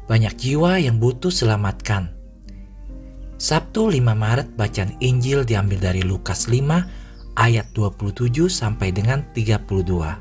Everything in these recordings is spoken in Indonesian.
Banyak jiwa yang butuh selamatkan. Sabtu 5 Maret bacaan Injil diambil dari Lukas 5 ayat 27 sampai dengan 32.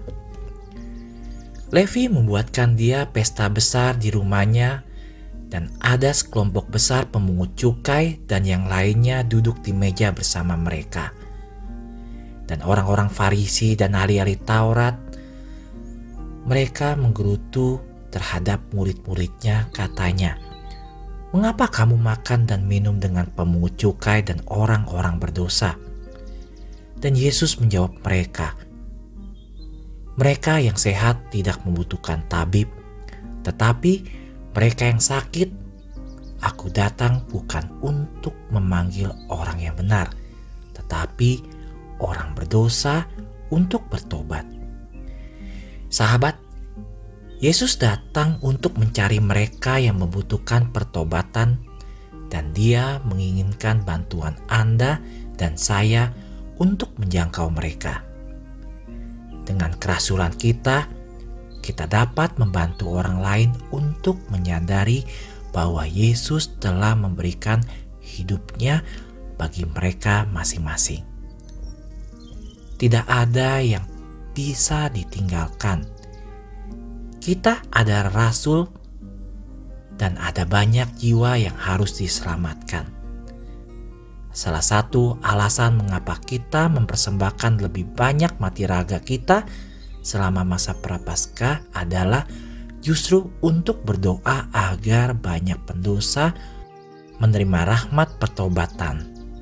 Levi membuatkan dia pesta besar di rumahnya dan ada sekelompok besar pemungut cukai dan yang lainnya duduk di meja bersama mereka. Dan orang-orang Farisi dan ahli-ahli Taurat, mereka menggerutu terhadap murid-muridnya, katanya, "Mengapa kamu makan dan minum dengan pemungut cukai dan orang-orang berdosa?" Dan Yesus menjawab mereka, "Mereka yang sehat tidak membutuhkan tabib, tetapi mereka yang sakit. Aku datang bukan untuk memanggil orang yang benar, tetapi orang berdosa untuk bertobat." Sahabat, Yesus datang untuk mencari mereka yang membutuhkan pertobatan, dan Dia menginginkan bantuan Anda dan saya untuk menjangkau mereka. Dengan kerasulan kita dapat membantu orang lain untuk menyadari bahwa Yesus telah memberikan hidupnya bagi mereka masing-masing. Tidak ada yang bisa ditinggalkan. Kita ada rasul dan ada banyak jiwa yang harus diselamatkan. Salah satu alasan mengapa kita mempersembahkan lebih banyak mati raga kita selama masa Prapaskah adalah justru untuk berdoa agar banyak pendosa menerima rahmat pertobatan.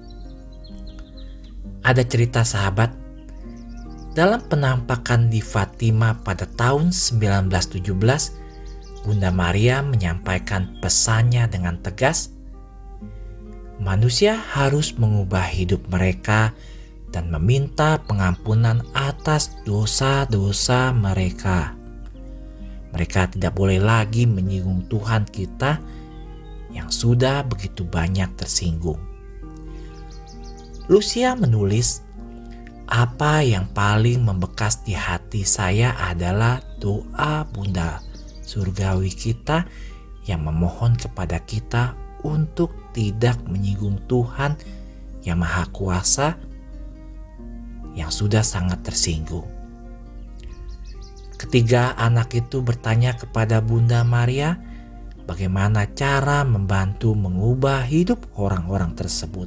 Ada cerita sahabat, dalam penampakan di Fatima pada tahun 1917, Bunda Maria menyampaikan pesannya dengan tegas, manusia harus mengubah hidup mereka dan meminta pengampunan atas dosa-dosa mereka. Mereka tidak boleh lagi menyinggung Tuhan kita yang sudah begitu banyak tersinggung. Lucia menulis, apa yang paling membekas di hati saya adalah doa Bunda Surgawi kita yang memohon kepada kita untuk tidak menyinggung Tuhan yang Maha Kuasa yang sudah sangat tersinggung. Ketiga anak itu bertanya kepada Bunda Maria bagaimana cara membantu mengubah hidup orang-orang tersebut.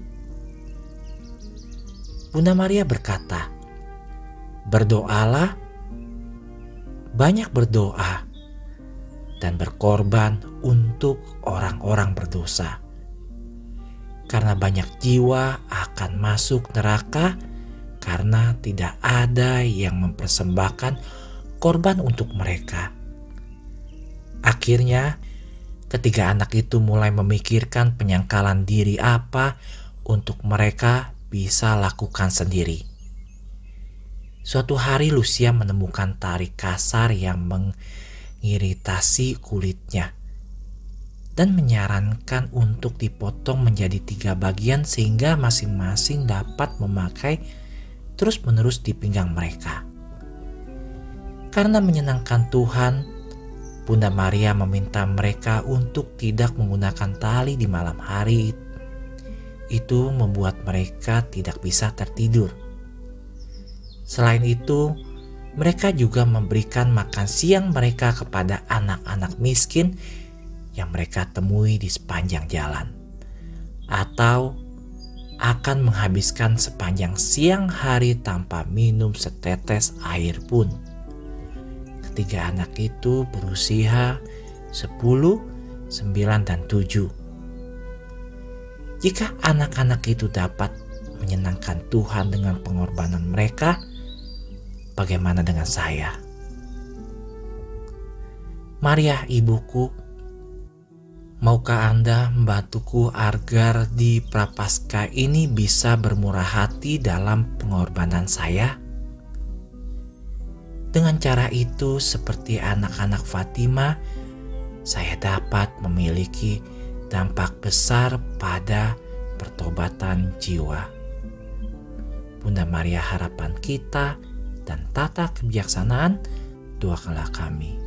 Bunda Maria berkata, "Berdoalah, banyak berdoa, dan berkorban untuk orang-orang berdosa. Karena banyak jiwa akan masuk neraka karena tidak ada yang mempersembahkan korban untuk mereka." Akhirnya, ketiga anak itu mulai memikirkan penyangkalan diri apa untuk mereka bisa lakukan sendiri. Suatu hari Lucia menemukan tari kasar yang mengiritasi kulitnya dan menyarankan untuk dipotong menjadi 3 bagian sehingga masing-masing dapat memakai terus-menerus di pinggang mereka. Karena menyenangkan Tuhan, Bunda Maria meminta mereka untuk tidak menggunakan tali di malam hari. Itu membuat mereka tidak bisa tertidur. Selain itu, mereka juga memberikan makan siang mereka kepada anak-anak miskin yang mereka temui di sepanjang jalan, atau akan menghabiskan sepanjang siang hari tanpa minum setetes air pun. Ketiga anak itu berusia 10, 9, dan 7. Jika anak-anak itu dapat menyenangkan Tuhan dengan pengorbanan mereka, bagaimana dengan saya? Maria, ibuku, maukah Anda membantuku agar di Prapaskah ini bisa bermurah hati dalam pengorbanan saya? Dengan cara itu, seperti anak-anak Fatima, saya dapat memiliki dampak besar pada pertobatan jiwa. Bunda Maria, harapan kita dan tata kebijaksanaan, doakanlah kami.